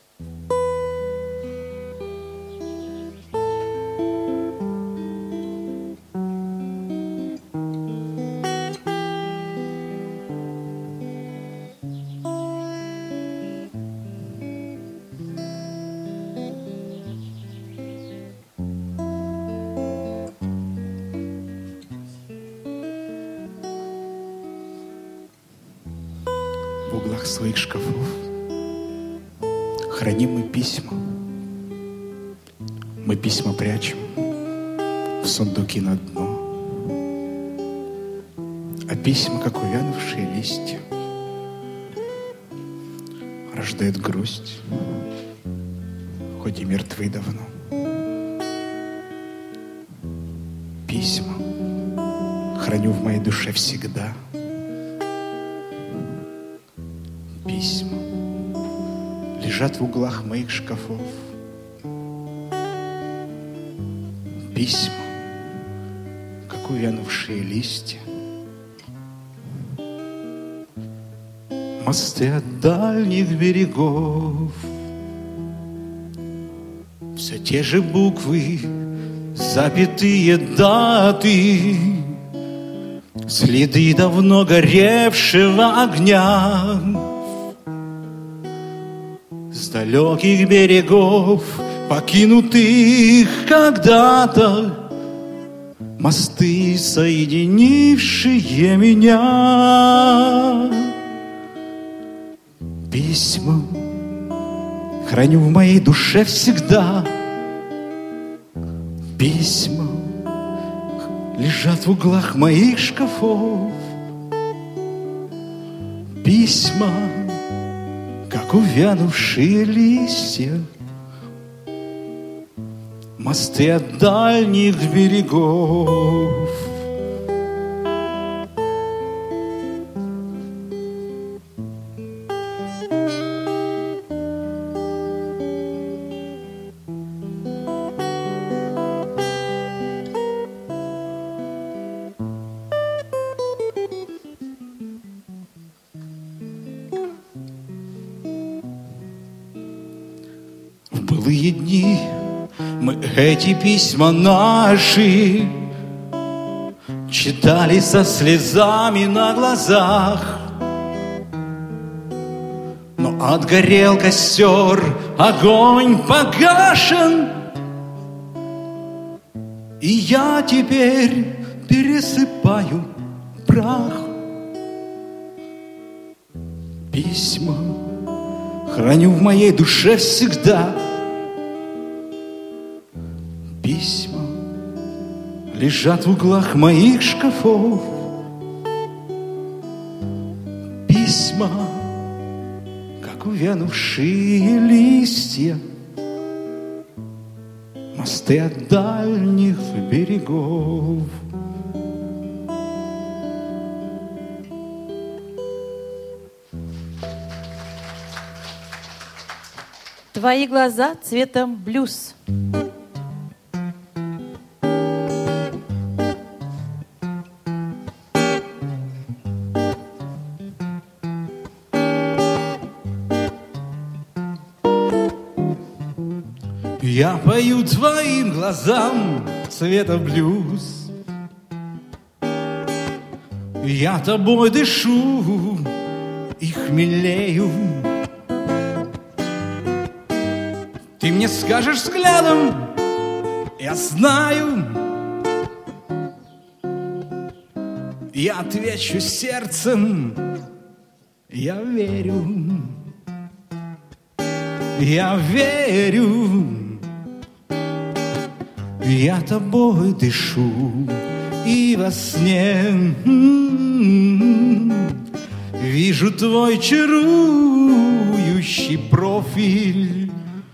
В углах своих шкафов храним мы письма. Мы письма прячем в сундуки на дно. А письма, как увянувшие листья, рождает грусть, хоть и мертвы давно. Письма храню в моей душе всегда. Письма лежат в углах моих шкафов. Письма, как увянувшие листья. Мосты от дальних берегов. Все те же буквы, запятые даты, следы давно горевшего огня. С далеких берегов, покинутых когда-то, мосты, соединившие меня. Письма храню в моей душе всегда. Письма лежат в углах моих шкафов. Письма, как увянувшие листья. Мосты от дальних берегов. В былые дни мы эти письма наши читали со слезами на глазах. Но отгорел костер, огонь погашен, и я теперь пересыпаю прах. Письма храню в моей душе всегда. Письма лежат в углах моих шкафов. Письма, как увянувшие листья. Мосты от дальних берегов. Твои глаза цветом блюз. Я пою твоим глазам цвета блюз. Я тобой дышу и хмелею. Ты мне скажешь взглядом, я знаю. Я отвечу сердцем, я верю. Я верю. Я тобой дышу и во сне м-м-м, вижу твой чарующий профиль.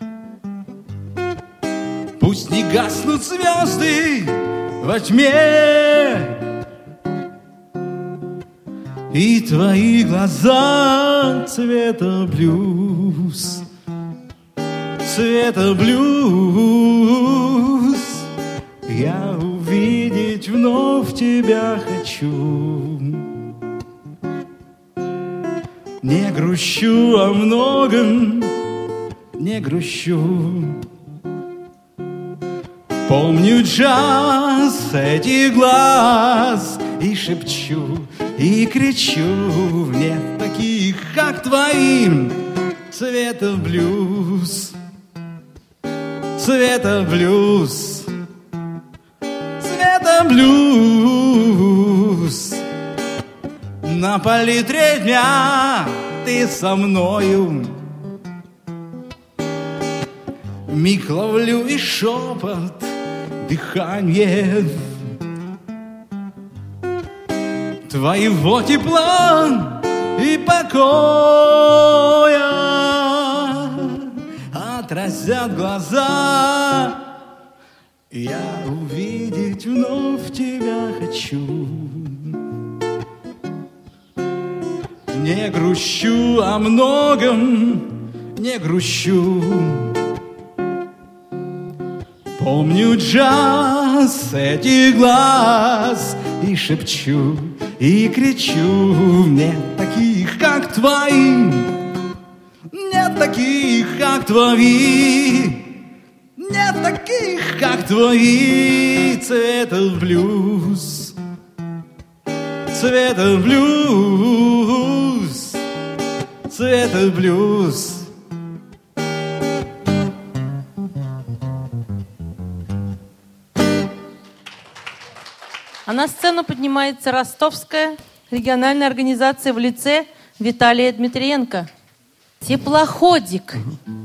Пусть не гаснут звезды во тьме, и твои глаза цвета блюз, цвета блюз. Я увидеть вновь тебя хочу. Не грущу о многом, не грущу. Помню джаз этих глаз и шепчу, и кричу: нет таких, как твоим, цвета блюз, цвета блюз. Это блюз. На палитре дня ты со мною. Миг ловлю и шепот, дыхание твоего тепла и покоя. слезят глаза. Я увидеть вновь тебя хочу. Не грущу о многом, не грущу. Помню джаз этих глаз и шепчу, и кричу: нет таких, как твои, нет таких, как твои, нет таких, как твои. Цветов блюз, цветов блюз, цветов блюз. А на сцену поднимается ростовская региональная организация в лице Виталия Дмитриенко. Теплоходик.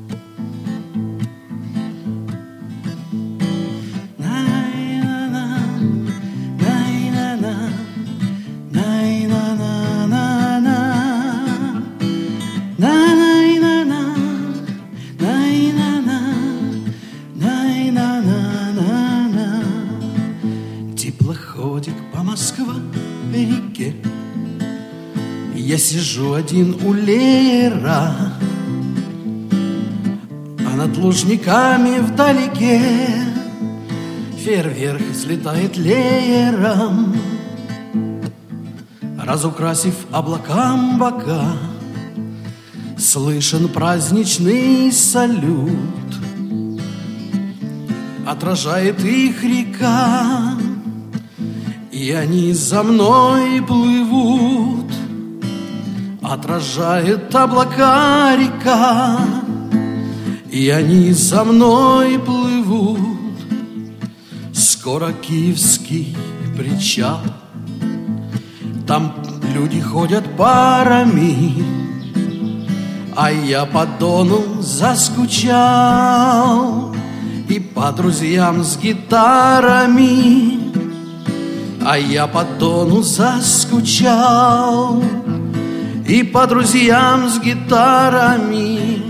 Теплоходик по Москва-реке. Я сижу один у леера, а над лужниками вдалеке фейерверк взлетает леером, разукрасив облакам бока. Слышен праздничный салют, отражает их река, и они за мной плывут. Отражает облака река, и они за мной плывут. Скоро Киевский причал, там люди ходят парами, а я по Дону заскучал. И по друзьям с гитарами, а я по Дону заскучал. И по друзьям с гитарами.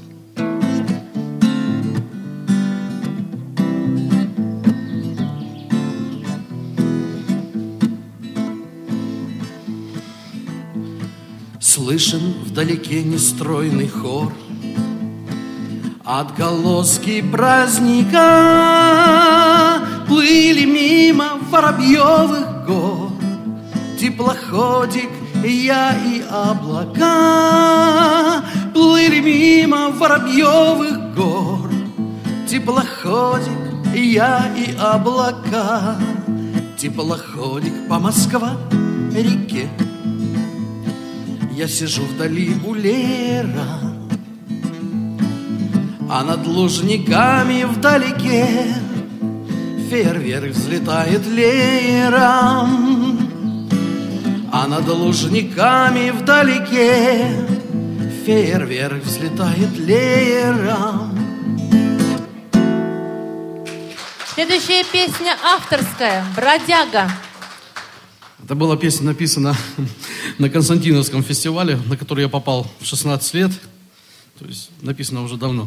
Слышен вдалеке нестройный хор, отголоски праздника плыли мимо Воробьевых гор. Теплоходик, я и облака плыли мимо Воробьевых гор. Теплоходик, я и облака, теплоходик по Москва-реке. Я сижу вдали у леера, а над лужниками вдалеке фейерверк взлетает леером, а над лужниками вдалеке фейерверк взлетает леером. Следующая песня авторская «Бродяга». Это была песня написана на Константиновском фестивале, на который я попал в шестнадцать лет. То есть написано уже давно.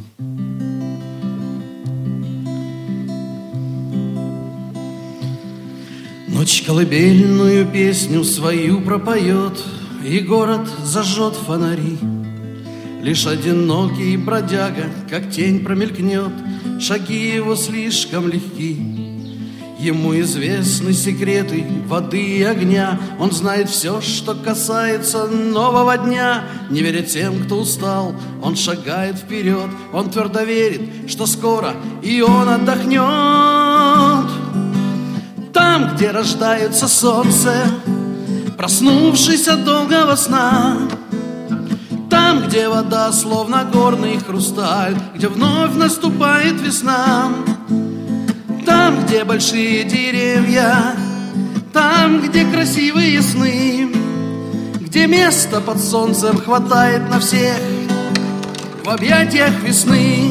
Ночь колыбельную песню свою пропоет, и город зажжет фонари. Лишь одинокий бродяга, как тень промелькнет, шаги его слишком легки. Ему известны секреты воды и огня, он знает все, что касается нового дня. Не веря тем, кто устал, он шагает вперед, он твердо верит, что скоро и он отдохнет. Там, где рождается солнце, проснувшись от долгого сна, там, где вода словно горный хрусталь, где вновь наступает весна. Там, где большие деревья, там, где красивые сны, где места под солнцем хватает на всех в объятиях весны.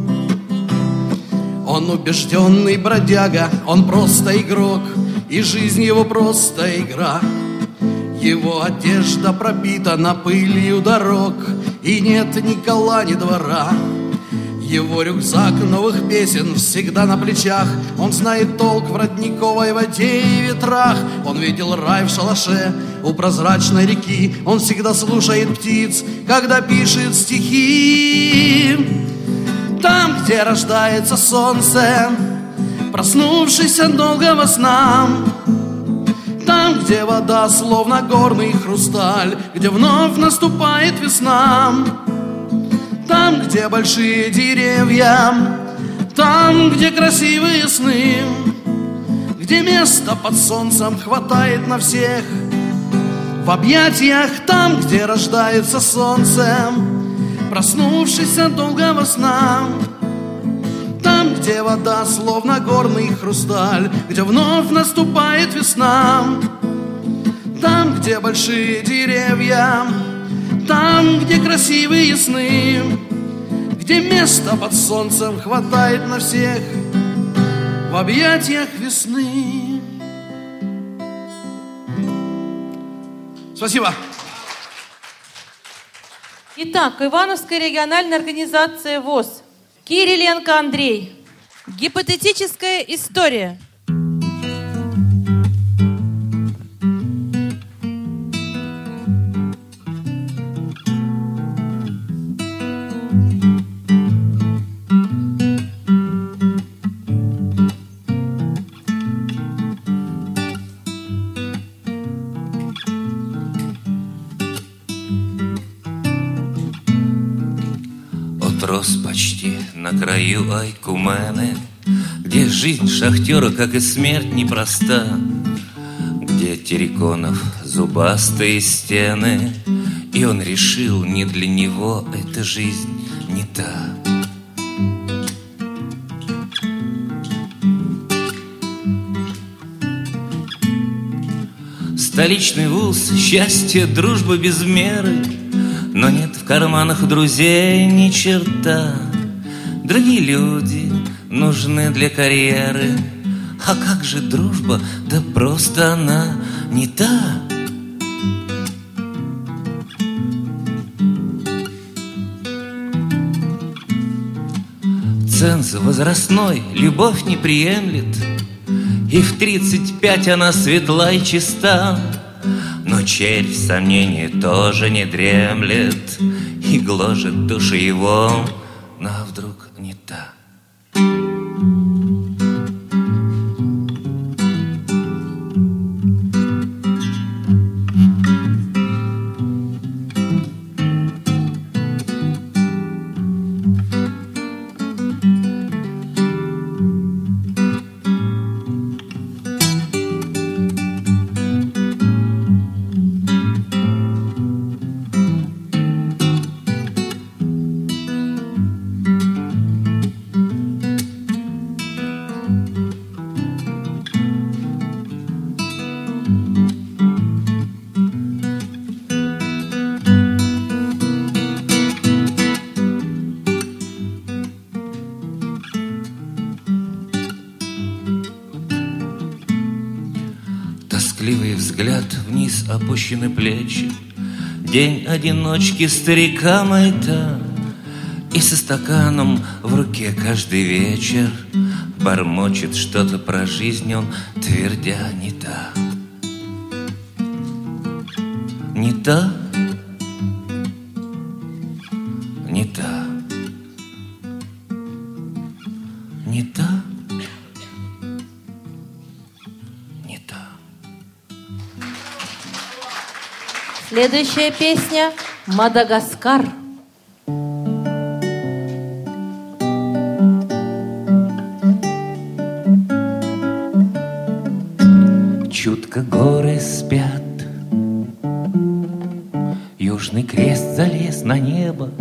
Он убежденный бродяга, он просто игрок, и жизнь его просто игра. Его одежда пропитана пылью дорог, и нет ни кола, ни двора. Его рюкзак новых песен всегда на плечах. Он знает толк в родниковой воде и ветрах. Он видел рай в шалаше у прозрачной реки. Он всегда слушает птиц, когда пишет стихи. Там, где рождается солнце, проснувшись от долгого сна. Там, где вода словно горный хрусталь, где вновь наступает весна. Там, где большие деревья, там, где красивые сны, где места под солнцем хватает на всех. В объятиях там, где рождается солнце, проснувшись от долгого сна. Там, где вода словно горный хрусталь, где вновь наступает весна. Там, где большие деревья, там, где красивые сны, где места под солнцем хватает на всех. В объятиях весны. Спасибо. Итак, Ивановская региональная организация ВОС. Кириленко Андрей. Гипотетическая история. Рос почти на краю Айкумены, где жизнь шахтера, как и смерть, непроста, где терриконов зубастые стены, и он решил, не для него эта жизнь не та. Столичный вуз, счастье, дружба без меры, но нет в карманах друзей ни черта. Другие люди нужны для карьеры, а как же дружба? Да просто она не та. Ценз возрастной любовь не приемлет, и в тридцать пять она светла и чиста. Но червь сомнений тоже не дремлет и гложет душу его, но вдруг не та. Тоскливый взгляд, вниз опущены плечи, день одиночки старика маята, и со стаканом в руке каждый вечер бормочет что-то про жизнь он, твердя: не та, не та, не та, не та. Следующая песня «Мадагаскар». Чутко горы спят, Южный Крест залез на небо,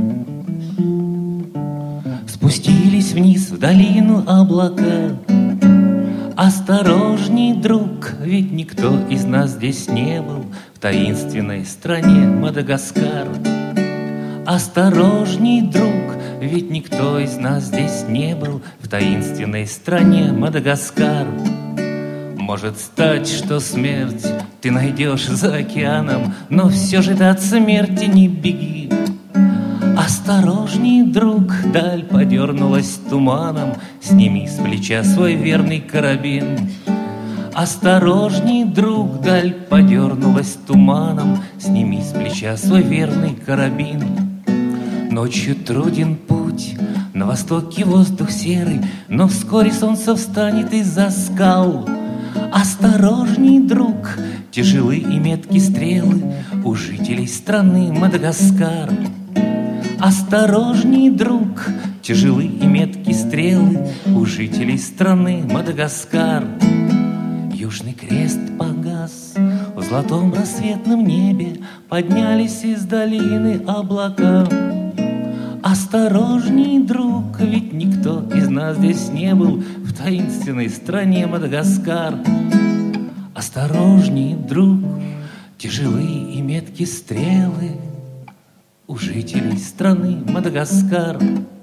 спустились вниз в долину облака. Осторожней, друг, ведь никто из нас здесь не был в таинственной стране Мадагаскар. Осторожней, друг, ведь никто из нас здесь не был в таинственной стране Мадагаскар. Может стать, что смерть ты найдешь за океаном, но все же ты от смерти не беги. Осторожней, Осторожней, друг, даль подернулась туманом, сними с плеча свой верный карабин. Осторожней, друг, даль подернулась туманом, сними с плеча свой верный карабин. Ночью труден путь, на востоке воздух серый, но вскоре солнце встанет из-за скал. Осторожней, друг, тяжелы и меткие стрелы у жителей страны Мадагаскар. Осторожней, друг, тяжелы и меткие стрелы у жителей страны Мадагаскар. Южный крест погас, в золотом рассветном небе поднялись из долины облака. Осторожней, друг, ведь никто из нас здесь не был в таинственной стране Мадагаскар. Осторожней, друг, тяжелые и меткие стрелы у жителей страны Мадагаскар.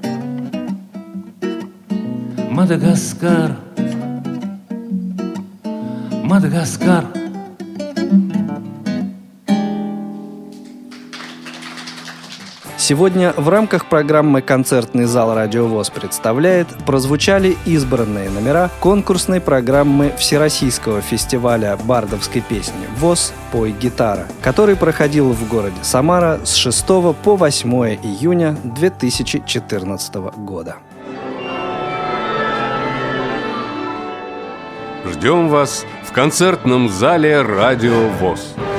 Мадагаскар, Мадагаскар. Сегодня в рамках программы «Концертный зал Радио ВОС» представляет прозвучали избранные номера конкурсной программы Всероссийского фестиваля бардовской песни ВОС «Пой гитара», который проходил в городе Самара с шестого по восьмое июня две тысячи четырнадцатого года. Ждем вас в концертном зале Радио ВОС.